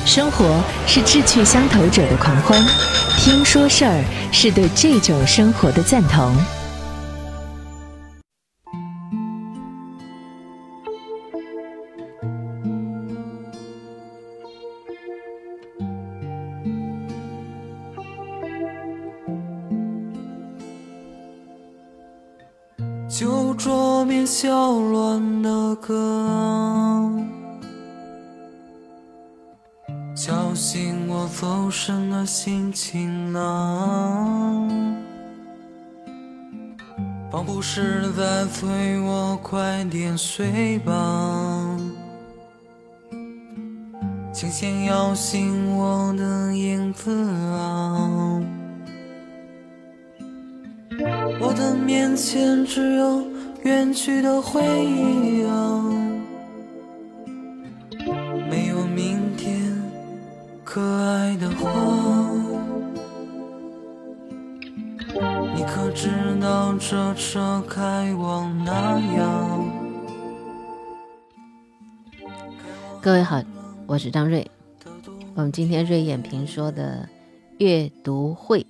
生活是志趣相投者的狂欢，听说事儿是对这种生活的赞同。 就桌面小乱的歌，叫醒我走神的心情啊，仿佛是在催我快点睡吧，琴弦摇醒我的影子啊，我的面前只有远去的回忆啊，没有明天可爱的花，你可知道这车开往哪样？ 各位好，我是张瑞。我们今天瑞眼评说的阅读会，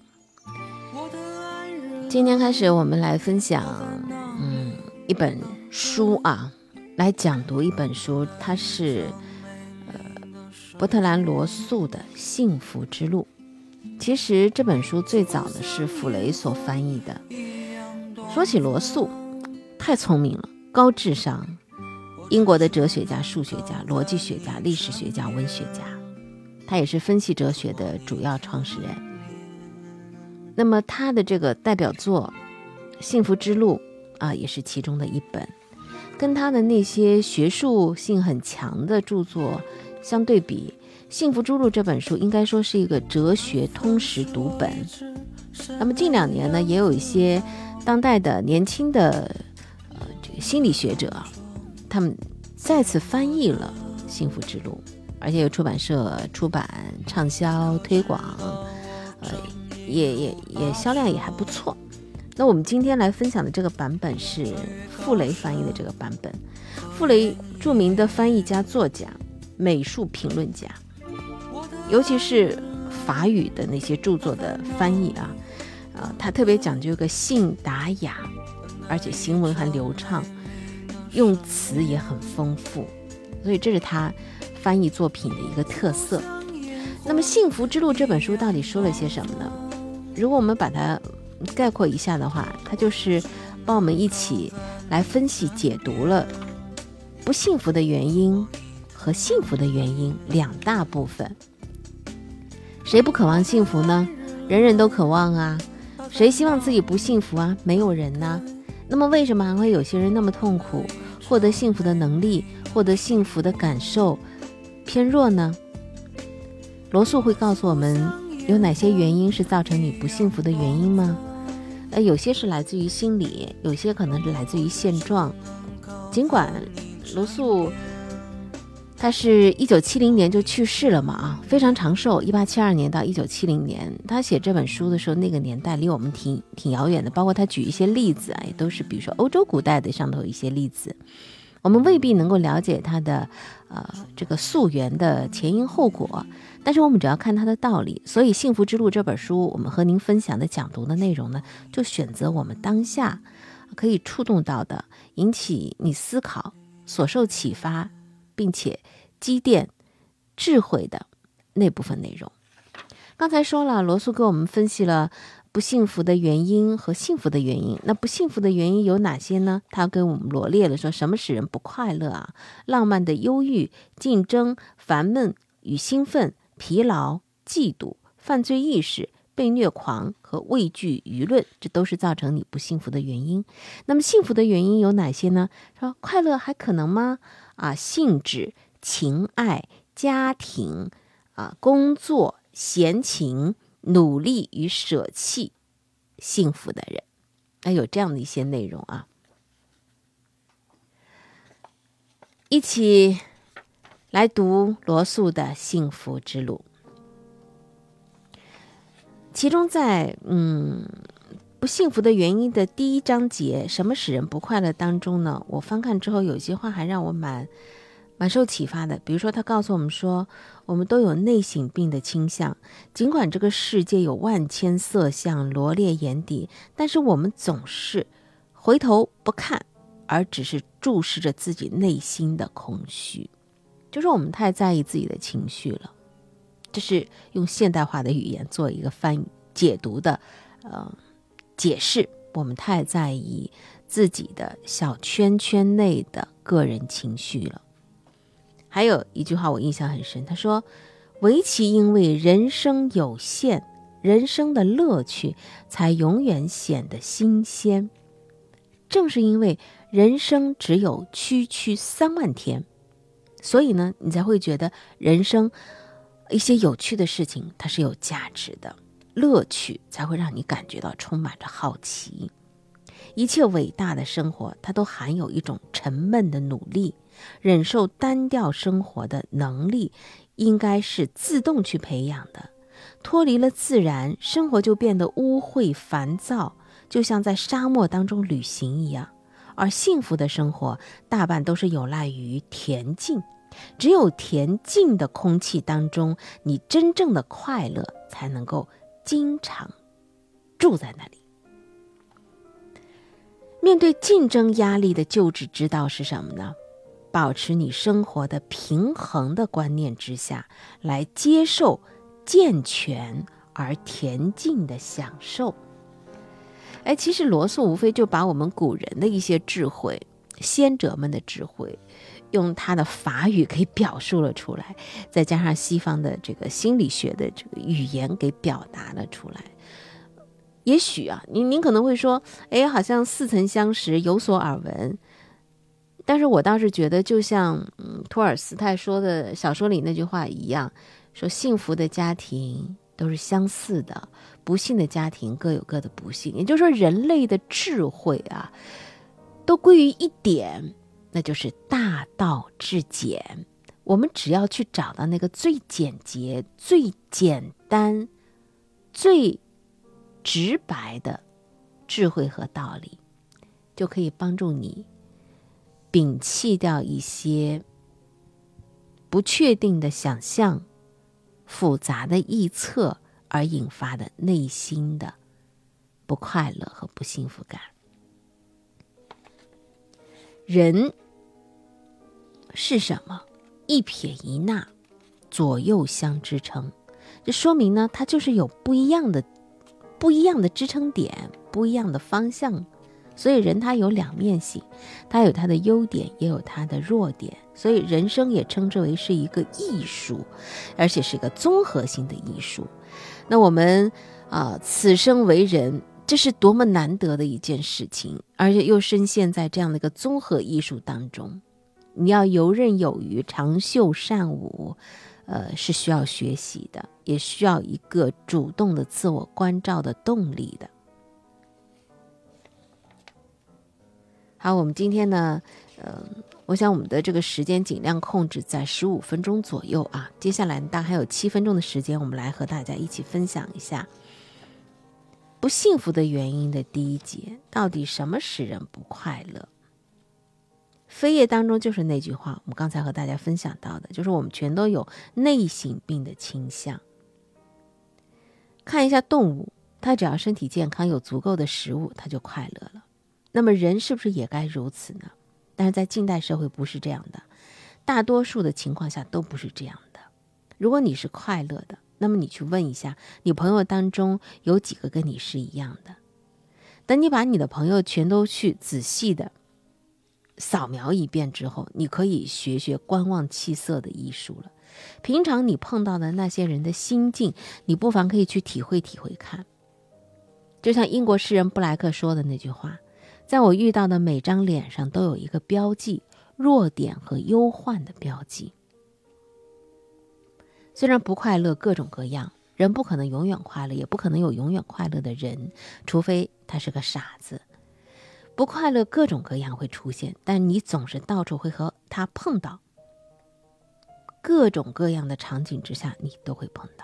今天开始我们来分享一本书啊，来讲读一本书，它是伯特兰罗素的《幸福之路》。其实这本书最早的是傅雷所翻译的。说起罗素，太聪明了，高智商，英国的哲学家、数学家、逻辑学家、历史学家、文学家，他也是分析哲学的主要创始人。那么他的这个代表作《幸福之路》也是其中的一本。跟他的那些学术性很强的著作相对比，《幸福之路》这本书应该说是一个哲学通识读本。那么近2年呢，也有一些当代的年轻的这个心理学者，他们再次翻译了《幸福之路》，而且有出版社出版、畅销推广，也销量也还不错。那我们今天来分享的这个版本是傅雷翻译的这个版本。傅雷著名的翻译家、作家、美术评论家，尤其是法语的那些著作的翻译他特别讲究一个信达雅，而且行文很流畅，用词也很丰富，所以这是他翻译作品的一个特色。那么《幸福之路》这本书到底说了些什么呢？如果我们把它概括一下的话，它就是帮我们一起来分析解读了不幸福的原因和幸福的原因2大部分。谁不渴望幸福呢？人人都渴望啊。谁希望自己不幸福啊？没有人啊。那么为什么还会有些人那么痛苦，获得幸福的能力，获得幸福的感受偏弱呢？罗素会告诉我们有哪些原因是造成你不幸福的原因吗？有些是来自于心理，有些可能是来自于现状。尽管罗素他是1970年就去世了嘛，非常长寿，1872年到1970年。他写这本书的时候，那个年代离我们挺遥远的，包括他举一些例子也都是比如说欧洲古代的上头一些例子，我们未必能够了解他的这个溯源的前因后果，但是我们只要看他的道理。所以《幸福之路》这本书，我们和您分享的讲读的内容呢，就选择我们当下可以触动到的，引起你思考、所受启发，并且积淀智慧的那部分内容。刚才说了，罗素给我们分析了不幸福的原因和幸福的原因。那不幸福的原因有哪些呢？他给我们罗列了说什么使人不快乐浪漫的忧郁、竞争、烦闷与兴奋、疲劳、嫉妒、犯罪意识、被虐狂和畏惧舆论，这都是造成你不幸福的原因。那么幸福的原因有哪些呢？说快乐还可能吗？兴致、情爱、家庭、工作、闲情、努力与舍弃幸福的人，有这样的一些内容一起来读罗素的《幸福之路》。其中在不幸福的原因的第1章节，什么使人不快乐当中呢，我翻看之后有些话还让我蛮蛮受启发的。比如说他告诉我们说，我们都有内省病的倾向，尽管这个世界有万千色相罗列眼底，但是我们总是回头不看，而只是注视着自己内心的空虚，就是我们太在意自己的情绪了。这是用现代化的语言做一个翻译解读的解释，我们太在意自己的小圈圈内的个人情绪了。还有一句话我印象很深，他说，唯其因为人生有限，人生的乐趣才永远显得新鲜。正是因为人生只有区区3万天，所以呢，你才会觉得人生一些有趣的事情它是有价值的，乐趣才会让你感觉到充满着好奇。一切伟大的生活它都含有一种沉闷的努力，忍受单调生活的能力应该是自动去培养的。脱离了自然，生活就变得污秽烦躁，就像在沙漠当中旅行一样。而幸福的生活大半都是有赖于恬静，只有恬静的空气当中，你真正的快乐才能够经常住在那里。面对竞争压力的救治之道是什么呢？保持你生活的平衡的观念之下，来接受健全而恬静的享受。其实罗素无非就把我们古人的一些智慧，先哲们的智慧，用他的法语给表述了出来，再加上西方的这个心理学的这个语言给表达了出来。也许啊，您可能会说，好像似曾相识，有所耳闻。但是我倒是觉得，就像托尔斯泰说的小说里那句话一样，说幸福的家庭都是相似的，不幸的家庭各有各的不幸。也就是说，人类的智慧啊，都归于一点，那就是大道至简。我们只要去找到那个最简洁、最简单、最直白的智慧和道理，就可以帮助你摒弃掉一些不确定的想象、复杂的臆测而引发的内心的不快乐和不幸福感。人是什么？一撇一捺，左右相支撑。这说明呢，它就是有不一样的支撑点，不一样的方向。所以人他有两面性，他有他的优点，也有他的弱点。所以人生也称之为是一个艺术，而且是一个综合性的艺术。那我们此生为人，这是多么难得的一件事情，而且又深陷在这样的一个综合艺术当中。你要游刃有余，长袖善舞，是需要学习的，也需要一个主动的自我关照的动力的。好，我们今天呢，我想我们的这个时间尽量控制在15分钟左右啊。接下来大概还有7分钟的时间，我们来和大家一起分享一下不幸福的原因的第一节，到底什么使人不快乐？扉页当中就是那句话，我们刚才和大家分享到的，就是我们全都有内省病的倾向。看一下动物，它只要身体健康，有足够的食物，它就快乐了。那么人是不是也该如此呢？但是在近代社会不是这样的，大多数的情况下都不是这样的。如果你是快乐的，那么你去问一下，你朋友当中有几个跟你是一样的？等你把你的朋友全都去仔细的扫描一遍之后，你可以学学观望气色的艺术了。平常你碰到的那些人的心境，你不妨可以去体会体会看。就像英国诗人布莱克说的那句话，在我遇到的每张脸上都有一个标记，弱点和忧患的标记。虽然不快乐各种各样，人不可能永远快乐，也不可能有永远快乐的人，除非他是个傻子。不快乐各种各样会出现，但你总是到处会和他碰到，各种各样的场景之下你都会碰到。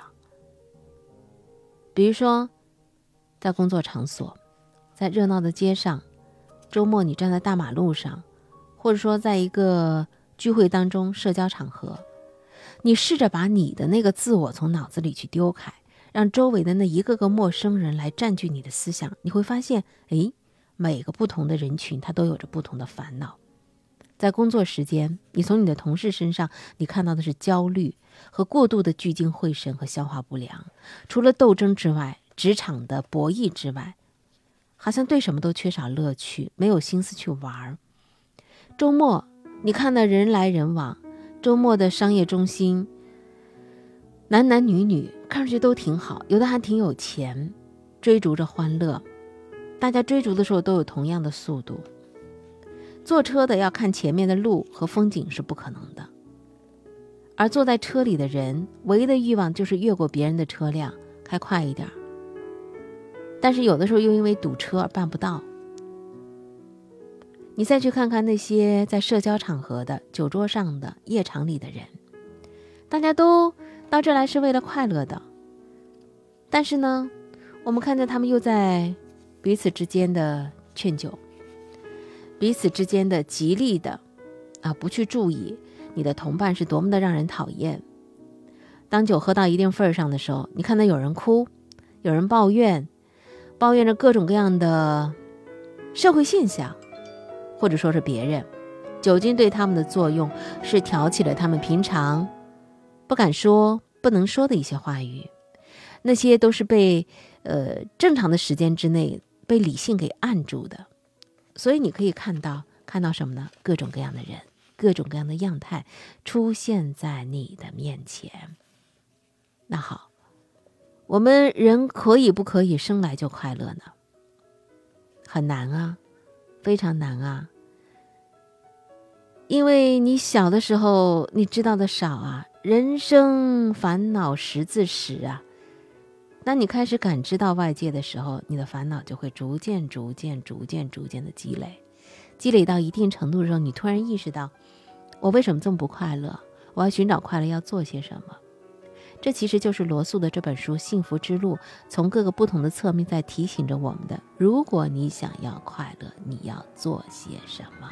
比如说在工作场所，在热闹的街上，周末你站在大马路上，或者说在一个聚会当中、社交场合，你试着把你的那个自我从脑子里去丢开，让周围的那一个个陌生人来占据你的思想，你会发现，每个不同的人群他都有着不同的烦恼。在工作时间，你从你的同事身上你看到的是焦虑和过度的聚精会神和消化不良，除了斗争之外，职场的博弈之外，好像对什么都缺少乐趣，没有心思去玩。周末你看到人来人往，周末的商业中心，男男女女看上去都挺好，有的还挺有钱，追逐着欢乐，大家追逐的时候都有同样的速度。坐车的要看前面的路和风景是不可能的，而坐在车里的人唯一的欲望就是越过别人的车辆，开快一点，但是有的时候又因为堵车而办不到。你再去看看那些在社交场合的、酒桌上的、夜场里的人，大家都到这来是为了快乐的，但是呢，我们看见他们又在彼此之间的劝酒，彼此之间的极力的不去注意你的同伴是多么的让人讨厌。当酒喝到一定份上的时候，你看到有人哭，有人抱怨着各种各样的社会现象，或者说是别人。酒精对他们的作用是挑起了他们平常不敢说、不能说的一些话语，那些都是被正常的时间之内被理性给按住的。所以你可以看到什么呢？各种各样的人，各种各样的样态出现在你的面前。那好，我们人可以不可以生来就快乐呢？很难啊，非常难啊。因为你小的时候你知道的少啊，人生烦恼识字时啊。当你开始感知到外界的时候，你的烦恼就会逐渐的积累到一定程度的时候，你突然意识到，我为什么这么不快乐？我要寻找快乐要做些什么？这其实就是罗素的这本书《幸福之路》从各个不同的侧面在提醒着我们的。如果你想要快乐，你要做些什么？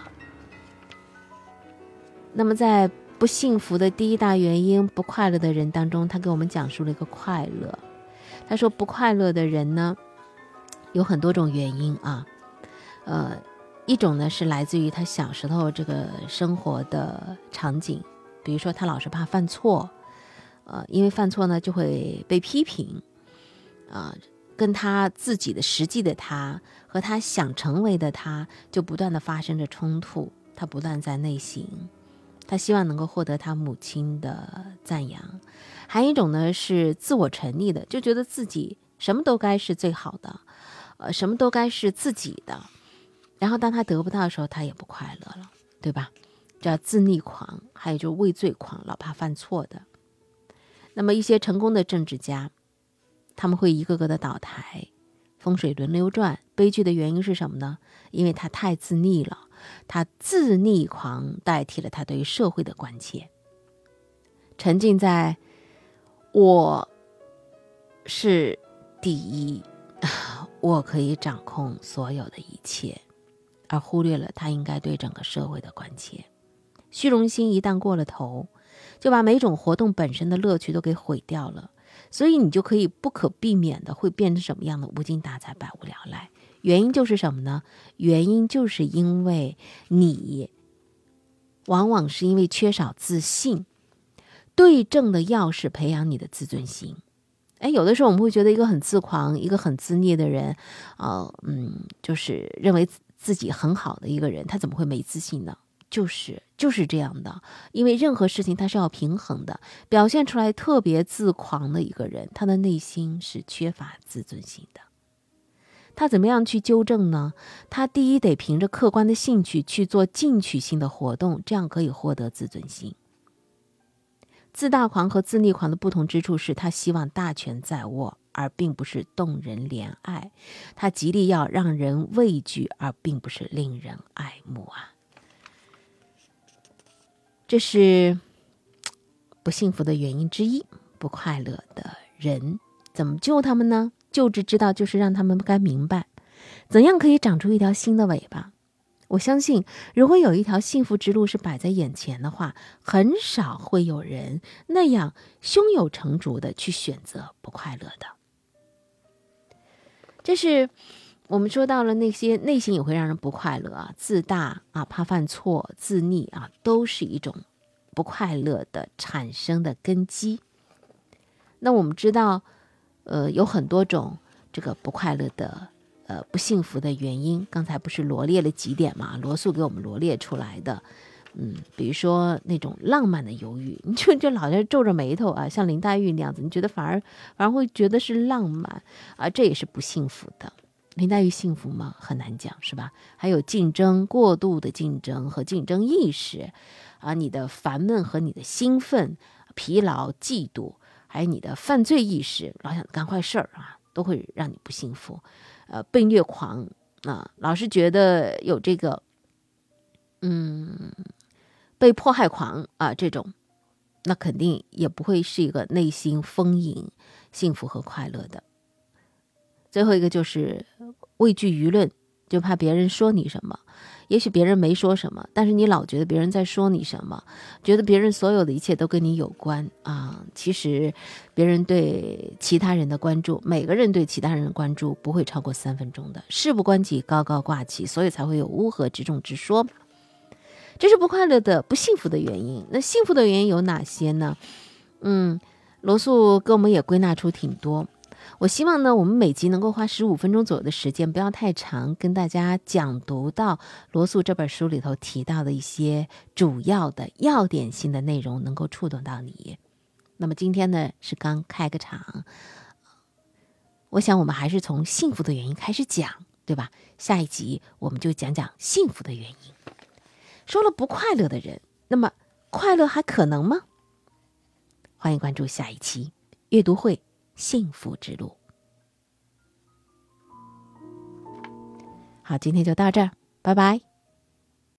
那么在不幸福的第一大原因，不快乐的人当中，他给我们讲述了一个快乐。他说不快乐的人呢，有很多种原因啊。一种呢是来自于他小时候这个生活的场景，比如说他老是怕犯错，因为犯错呢就会被批评，跟他自己的实际的他和他想成为的他就不断的发生着冲突，他不断在内省，他希望能够获得他母亲的赞扬。还有一种呢是自我沉溺的，就觉得自己什么都该是最好的，什么都该是自己的，然后当他得不到的时候他也不快乐了，对吧？叫自溺狂，还有就是畏罪狂，老怕犯错的。那么一些成功的政治家，他们会一个个的倒台，风水轮流转。悲剧的原因是什么呢？因为他太自溺了，他自溺狂代替了他对于社会的关切，沉浸在我是第一，我可以掌控所有的一切，而忽略了他应该对整个社会的关切。虚荣心一旦过了头，就把每种活动本身的乐趣都给毁掉了，所以你就可以不可避免的会变成什么样的？无精打采，百无聊赖。原因就是什么呢？原因就是因为你往往是因为缺少自信。对症的药是培养你的自尊心。有的时候我们会觉得一个很自狂、一个很自溺的人，就是认为自己很好的一个人，他怎么会没自信呢？就是这样的，因为任何事情它是要平衡的。表现出来特别自狂的一个人，他的内心是缺乏自尊心的。他怎么样去纠正呢？他第一得凭着客观的兴趣去做进取性的活动，这样可以获得自尊心。自大狂和自溺狂的不同之处是，他希望大权在握，而并不是动人怜爱。他极力要让人畏惧，而并不是令人爱慕啊。这是不幸福的原因之一。不快乐的人怎么救他们呢？救治之道就是让他们该明白，怎样可以长出一条新的尾巴。 我相信，如果有一条幸福之路是摆在眼前的话，很少会有人那样胸有成竹的去选择不快乐的。这是我们说到了那些内心也会让人不快乐啊，自大啊，怕犯错，自溺啊，都是一种不快乐的产生的根基。那我们知道，有很多种这个不快乐的不幸福的原因，刚才不是罗列了几点嘛？罗素给我们罗列出来的，比如说那种浪漫的忧郁，你就老是皱着眉头啊，像林黛玉那样子，你觉得反而会觉得是浪漫啊，这也是不幸福的。林黛玉幸福吗？很难讲，是吧？还有竞争，过度的竞争和竞争意识啊，你的烦闷和你的兴奋、疲劳、嫉妒，还有你的犯罪意识，老想干坏事儿啊，都会让你不幸福。被虐狂啊，老是觉得有这个被迫害狂啊，这种那肯定也不会是一个内心丰盈、幸福和快乐的。最后一个就是畏惧舆论，就怕别人说你什么，也许别人没说什么，但是你老觉得别人在说你什么，觉得别人所有的一切都跟你有关啊。其实别人对其他人的关注，每个人对其他人的关注不会超过3分钟的，事不关己高高挂起，所以才会有乌合之众之说。这是不快乐的、不幸福的原因。那幸福的原因有哪些呢？罗素给我们也归纳出挺多。我希望呢，我们每集能够花15分钟左右的时间，不要太长，跟大家讲读到罗素这本书里头提到的一些主要的要点性的内容，能够触动到你。那么今天呢，是刚开个场，我想我们还是从幸福的原因开始讲，对吧？下一集我们就讲讲幸福的原因。说了不快乐的人，那么快乐还可能吗？欢迎关注下一期阅读会幸福之路。好，今天就到这儿，拜拜。